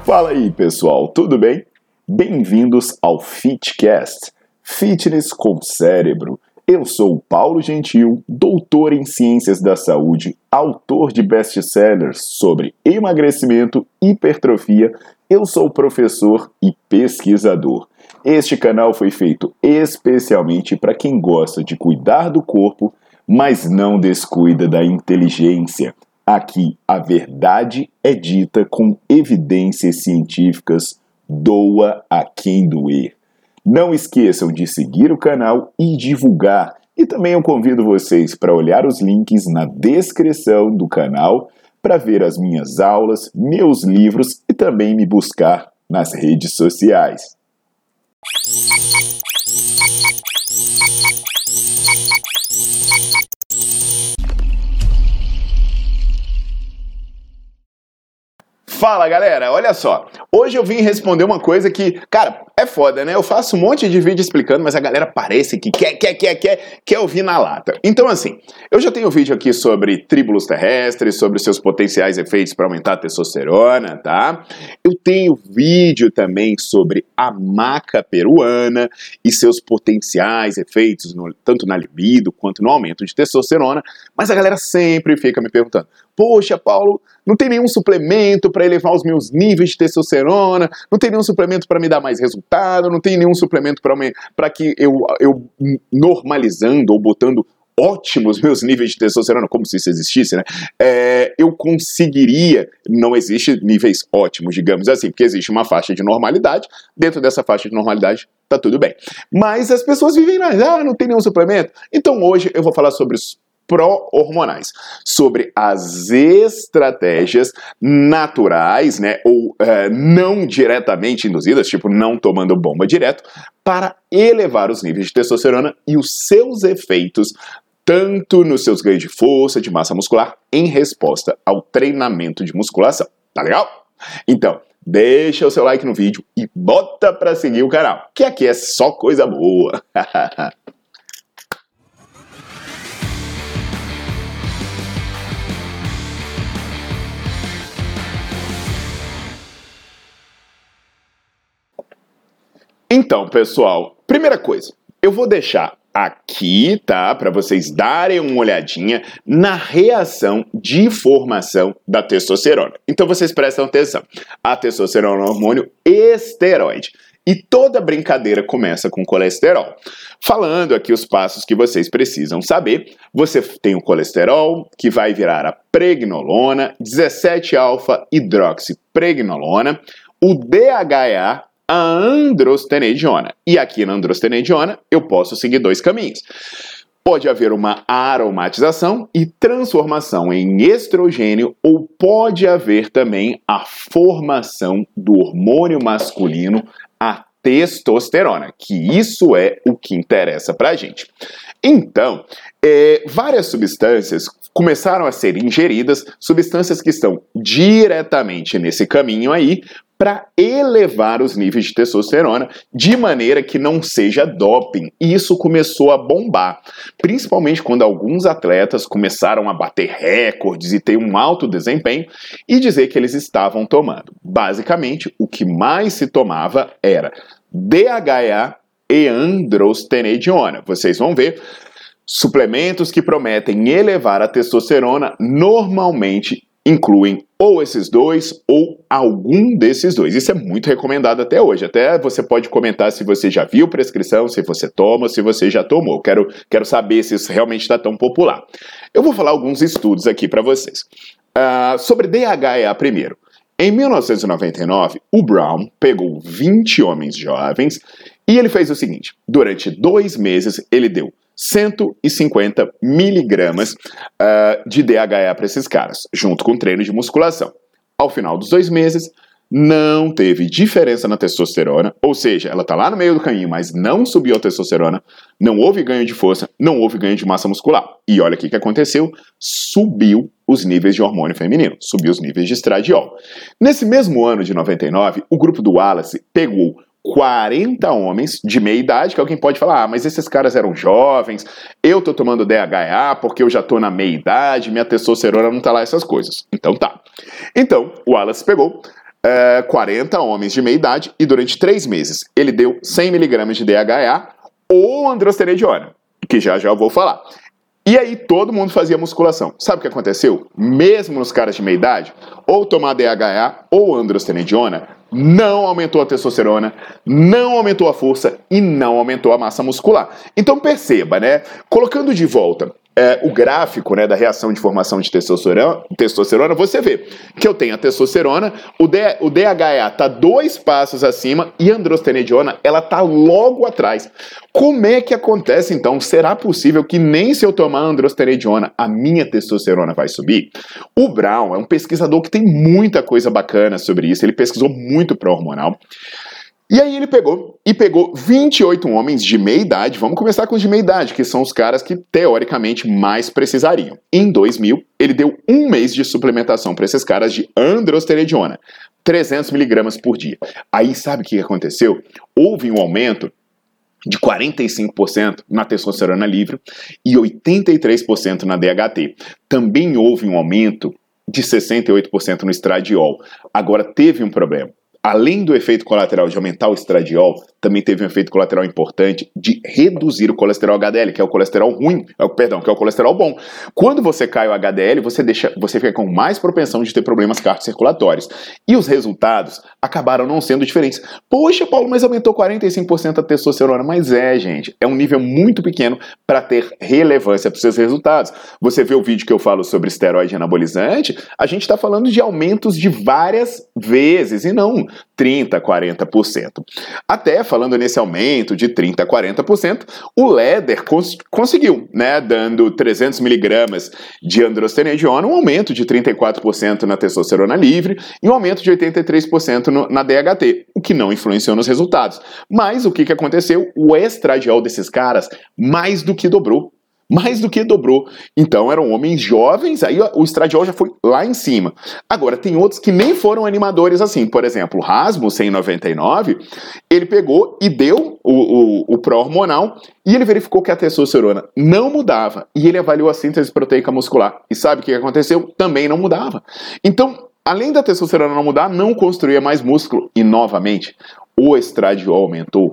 Fala aí, pessoal, tudo bem? Bem-vindos ao FitCast, Fitness com Cérebro. Eu sou o Paulo Gentil, doutor em Ciências da Saúde, autor de best-sellers sobre emagrecimento, hipertrofia. Eu sou professor e pesquisador. Este canal foi feito especialmente para quem gosta de cuidar do corpo, mas não descuida da inteligência. Aqui, a verdade é dita com evidências científicas, doa a quem doer. Não esqueçam de seguir o canal e divulgar. E também eu convido vocês para olhar os links na descrição do canal para ver as minhas aulas, meus livros e também me buscar nas redes sociais. Fala, galera, olha só, hoje eu vim responder uma coisa que, cara, é foda, né? Eu faço um monte de vídeo explicando, mas a galera parece que quer ouvir na lata. Então, assim, eu já tenho vídeo aqui sobre tríbulos terrestres, sobre seus potenciais efeitos para aumentar a testosterona, tá? Eu tenho vídeo também sobre a maca peruana e seus potenciais efeitos, tanto na libido quanto no aumento de testosterona, mas a galera sempre fica me perguntando, poxa, Paulo, não tem nenhum suplemento para elevar os meus níveis de testosterona, não tem nenhum suplemento para me dar mais resultado, não tem nenhum suplemento para que eu normalizando ou botando ótimos meus níveis de testosterona, como se isso existisse, né? Eu conseguiria, não existe níveis ótimos, digamos assim, porque existe uma faixa de normalidade, dentro dessa faixa de normalidade tá tudo bem. Mas as pessoas vivem não tem nenhum suplemento. Então hoje eu vou falar sobre os pró-hormonais, sobre as estratégias naturais, né, ou não diretamente induzidas, tipo não tomando bomba direto, para elevar os níveis de testosterona e os seus efeitos tanto nos seus ganhos de força, de massa muscular, em resposta ao treinamento de musculação. Tá legal? Então, deixa o seu like no vídeo e bota pra seguir o canal, que aqui é só coisa boa. Então, pessoal, primeira coisa, eu vou deixar aqui, tá, para vocês darem uma olhadinha na reação de formação da testosterona. Então, vocês prestam atenção. A testosterona é um hormônio esteroide. E toda brincadeira começa com colesterol. Falando aqui os passos que vocês precisam saber, você tem o colesterol, que vai virar a pregnolona, 17-alfa-hidroxipregnolona, o DHEA, a androstenediona. E aqui na androstenediona eu posso seguir dois caminhos. Pode haver uma aromatização e transformação em estrogênio, ou pode haver também a formação do hormônio masculino, a testosterona, que isso é o que interessa pra gente. Então, várias substâncias começaram a ser ingeridas, substâncias que estão diretamente nesse caminho aí, para elevar os níveis de testosterona de maneira que não seja doping. E isso começou a bombar, principalmente quando alguns atletas começaram a bater recordes e ter um alto desempenho e dizer que eles estavam tomando. Basicamente, o que mais se tomava era DHEA e androstenediona. Vocês vão ver, suplementos que prometem elevar a testosterona normalmente incluem ou esses dois ou algum desses dois. Isso é muito recomendado até hoje. Até você pode comentar se você já viu prescrição, se você toma, se você já tomou. Quero saber se isso realmente está tão popular. Eu vou falar alguns estudos aqui para vocês. Sobre DHEA primeiro. Em 1999, o Brown pegou 20 homens jovens e ele fez o seguinte. Durante 2 meses, ele deu 150 miligramas de DHEA para esses caras, junto com treino de musculação. Ao final dos 2 meses, não teve diferença na testosterona, ou seja, ela está lá no meio do caminho, mas não subiu a testosterona, não houve ganho de força, não houve ganho de massa muscular. E olha o que aconteceu, subiu os níveis de hormônio feminino, subiu os níveis de estradiol. Nesse mesmo ano de 99, o grupo do Wallace pegou 40 homens de meia idade, que alguém pode falar, mas esses caras eram jovens, eu tô tomando DHEA porque eu já tô na meia idade, minha testosterona não tá lá, essas coisas. Então tá. Então, o Wallace pegou 40 homens de meia idade e durante 3 meses ele deu 100 mg de DHA ou androstenediona, que já eu vou falar. E aí todo mundo fazia musculação. Sabe o que aconteceu? Mesmo nos caras de meia idade, ou tomar DHA ou androstenediona, não aumentou a testosterona, não aumentou a força e não aumentou a massa muscular. Então perceba, né? Colocando de volta o gráfico, né, da reação de formação de testosterona, você vê que eu tenho a testosterona, o DHA está 2 passos acima e a androstenediona ela está logo atrás. Como é que acontece então? Será possível que nem se eu tomar androstenediona a minha testosterona vai subir? O Brown é um pesquisador que tem muita coisa bacana sobre isso, ele pesquisou muito pró-hormonal. E aí ele pegou 28 homens de meia idade, vamos começar com os de meia idade, que são os caras que teoricamente mais precisariam. Em 2000, ele deu 1 mês de suplementação para esses caras de androstenediona, 300 mg por dia. Aí sabe o que aconteceu? Houve um aumento de 45% na testosterona livre e 83% na DHT. Também houve um aumento de 68% no estradiol. Agora teve um problema. Além do efeito colateral de aumentar o estradiol, também teve um efeito colateral importante de reduzir o colesterol HDL, que é o colesterol ruim, que é o colesterol bom. Quando você cai o HDL, você fica com mais propensão de ter problemas cardiocirculatórios. E os resultados acabaram não sendo diferentes. Poxa, Paulo, mas aumentou 45% a testosterona. Mas gente, é um nível muito pequeno para ter relevância para os seus resultados. Você vê o vídeo que eu falo sobre esteroide anabolizante, a gente está falando de aumentos de várias vezes, e não 30%, 40%. Até falando nesse aumento de 30% a 40%, o Leder conseguiu, né, dando 300 mg de androstenediona, um aumento de 34% na testosterona livre e um aumento de 83% na DHT, o que não influenciou nos resultados. Mas o que aconteceu? O estradiol desses caras mais do que dobrou. Então eram homens jovens, aí o estradiol já foi lá em cima. Agora, tem outros que nem foram animadores assim. Por exemplo, o Rasmussen, em 99, ele pegou e deu o pró-hormonal e ele verificou que a testosterona não mudava. E ele avaliou a síntese proteica muscular. E sabe o que aconteceu? Também não mudava. Então, além da testosterona não mudar, não construía mais músculo. E, novamente, o estradiol aumentou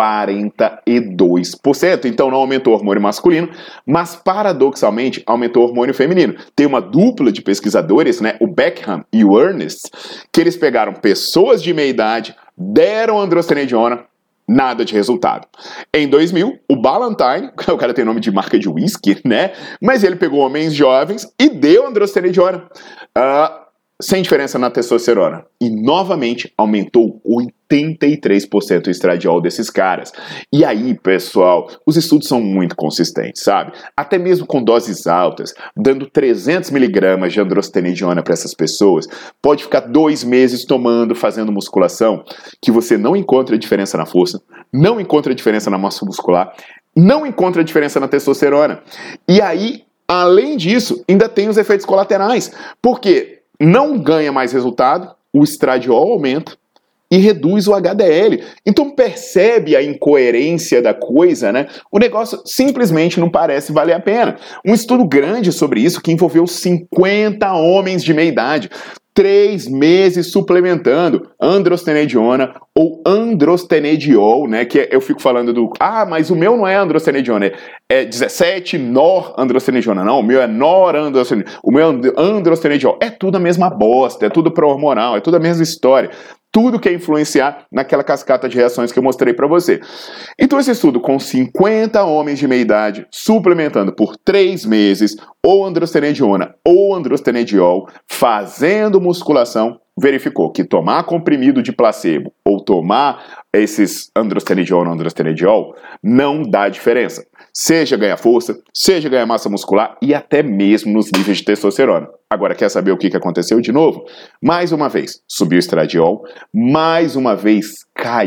42%. Então não aumentou o hormônio masculino, mas paradoxalmente aumentou o hormônio feminino. Tem uma dupla de pesquisadores, né, o Beckham e o Ernest, que eles pegaram pessoas de meia idade, deram androstenediona, nada de resultado. Em 2000, o Ballantyne, o cara tem nome de marca de whisky, né, mas ele pegou homens jovens e deu androstenediona. Sem diferença na testosterona. E novamente aumentou 83% o estradiol desses caras. E aí, pessoal, os estudos são muito consistentes, sabe? Até mesmo com doses altas, dando 300 mg de androstenediona para essas pessoas, pode ficar 2 meses tomando, fazendo musculação, que você não encontra diferença na força, não encontra diferença na massa muscular, não encontra diferença na testosterona. E aí, além disso, ainda tem os efeitos colaterais. Por quê? Não ganha mais resultado, o estradiol aumenta e reduz o HDL. Então percebe a incoerência da coisa, né? O negócio simplesmente não parece valer a pena. Um estudo grande sobre isso que envolveu 50 homens de meia idade, 3 meses suplementando androstenediona ou androstenediol, né? Que eu fico falando mas o meu não é androstenediona, é 17 norandrostenediona. Não, o meu é norandrostenediol. O meu é androstenediol. É tudo a mesma bosta, é tudo pró-hormonal, é tudo a mesma história. Tudo que é influenciar naquela cascata de reações que eu mostrei para você. Então esse estudo com 50 homens de meia idade suplementando por 3 meses ou androstenediona ou androstenediol, fazendo musculação, verificou que tomar comprimido de placebo ou tomar esses androstenediol ou androstenediol não dá diferença. Seja ganhar força, seja ganhar massa muscular e até mesmo nos níveis de testosterona. Agora, quer saber o que aconteceu de novo? Mais uma vez, subiu o estradiol, mais uma vez caiu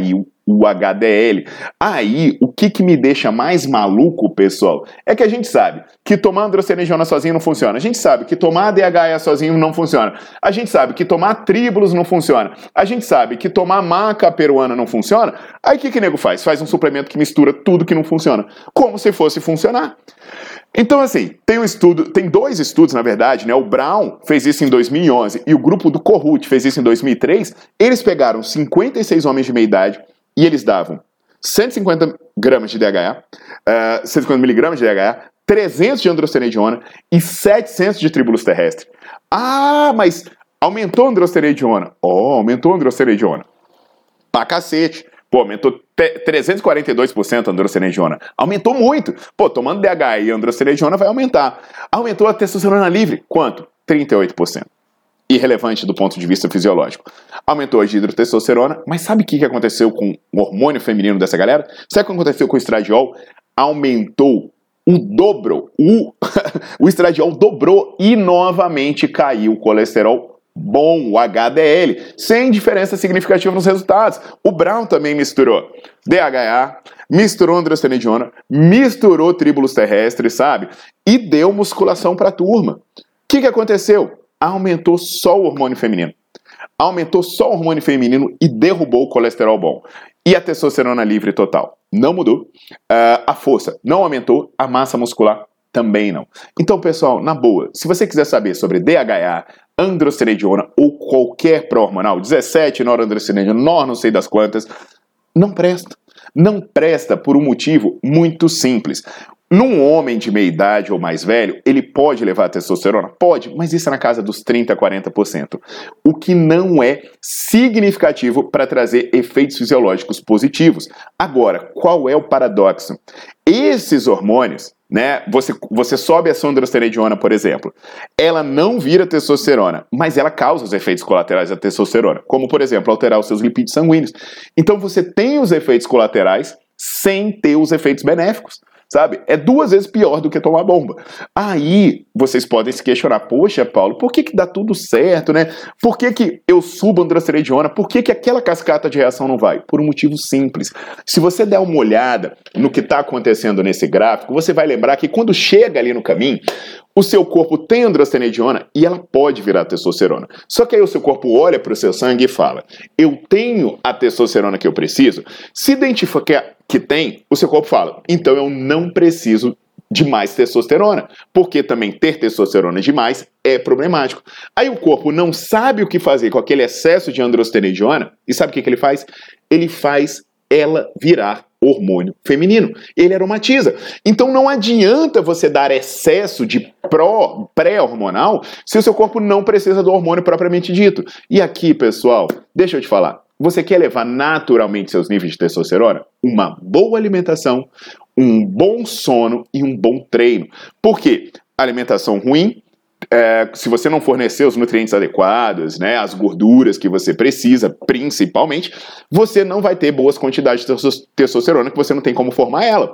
o HDL. Aí, o que me deixa mais maluco, pessoal, é que a gente sabe que tomar androstenediona sozinho não funciona. A gente sabe que tomar DHA sozinho não funciona. A gente sabe que tomar Tribulus não funciona. A gente sabe que tomar maca peruana não funciona. Aí o que nego faz? Faz um suplemento que mistura tudo que não funciona, como se fosse funcionar. Então, assim, tem dois estudos, na verdade, né? O Brown fez isso em 2011 e o grupo do Kohut fez isso em 2003. Eles pegaram 56 homens de meia idade e eles davam 150 gramas de DHA, 150 miligramas de DHA, 300 de androstenediona e 700 de Tribulus terrestre. Ah, mas aumentou a androstenediona. Aumentou a androstenediona. Pra cacete. Pô, aumentou 342% a androstenediona. Aumentou muito. Pô, tomando DHA e androstenediona vai aumentar. Aumentou a testosterona livre. Quanto? 38%. Irrelevante do ponto de vista fisiológico. Aumentou a hidrotestosterona, mas sabe o que aconteceu com o hormônio feminino dessa galera? Sabe o que aconteceu com o estradiol? Aumentou o dobro. O estradiol dobrou e novamente caiu o colesterol bom, o HDL, sem diferença significativa nos resultados. O Brown também misturou DHA, misturou androstenediona, misturou Tribulus terrestre, sabe? E deu musculação para a turma. O que aconteceu? Aumentou só o hormônio feminino. Aumentou só o hormônio feminino e derrubou o colesterol bom. E a testosterona livre total? Não mudou. A força não aumentou, a massa muscular também não. Então, pessoal, na boa, se você quiser saber sobre DHA, androstenediona ou qualquer pró-hormonal, 17 norandrostenediona, não sei das quantas, não presta. Não presta por um motivo muito simples. Num homem de meia idade ou mais velho, ele pode levar a testosterona? Pode, mas isso é na casa dos 30% a 40%. O que não é significativo para trazer efeitos fisiológicos positivos. Agora, qual é o paradoxo? Esses hormônios, né? Você sobe a sua androstenediona, por exemplo. Ela não vira testosterona, mas ela causa os efeitos colaterais da testosterona, como, por exemplo, alterar os seus lipídios sanguíneos. Então você tem os efeitos colaterais sem ter os efeitos benéficos. Sabe? É 2 vezes pior do que tomar bomba. Aí vocês podem se questionar, poxa, Paulo, por que dá tudo certo, né? Por que eu subo androstenediona? Por que aquela cascata de reação não vai? Por um motivo simples. Se você der uma olhada no que está acontecendo nesse gráfico, você vai lembrar que quando chega ali no caminho, o seu corpo tem androstenediona e ela pode virar testosterona. Só que aí o seu corpo olha para o seu sangue e fala, eu tenho a testosterona que eu preciso. Se identificar que tem, o seu corpo fala, então eu não preciso de mais testosterona, porque também ter testosterona demais é problemático. Aí o corpo não sabe o que fazer com aquele excesso de androstenediona, e sabe o que ele faz? Ele faz ela virar hormônio feminino. Ele aromatiza. Então não adianta você dar excesso de pré-hormonal se o seu corpo não precisa do hormônio propriamente dito. E aqui, pessoal, deixa eu te falar. Você quer levar naturalmente seus níveis de testosterona? Uma boa alimentação, um bom sono e um bom treino. Por quê? Alimentação ruim, se você não fornecer os nutrientes adequados, né, as gorduras que você precisa, principalmente, você não vai ter boas quantidades de testosterona, que você não tem como formar ela.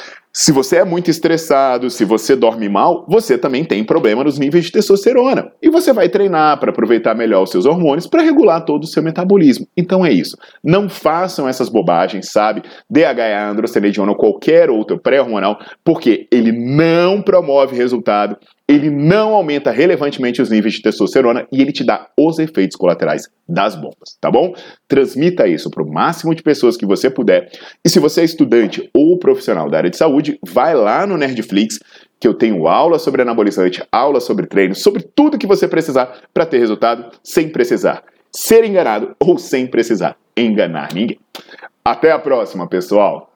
Se você é muito estressado, se você dorme mal, você também tem problema nos níveis de testosterona. E você vai treinar para aproveitar melhor os seus hormônios para regular todo o seu metabolismo. Então é isso. Não façam essas bobagens, sabe? DHA, androstenediona ou qualquer outro pré-hormonal, porque ele não promove resultado, ele não aumenta relevantemente os níveis de testosterona e ele te dá os efeitos colaterais das bombas, tá bom? Transmita isso para o máximo de pessoas que você puder. E se você é estudante ou profissional da área de saúde, vai lá no Nerdflix, que eu tenho aula sobre anabolizante, aula sobre treino, sobre tudo que você precisar para ter resultado sem precisar ser enganado ou sem precisar enganar ninguém. Até a próxima, pessoal!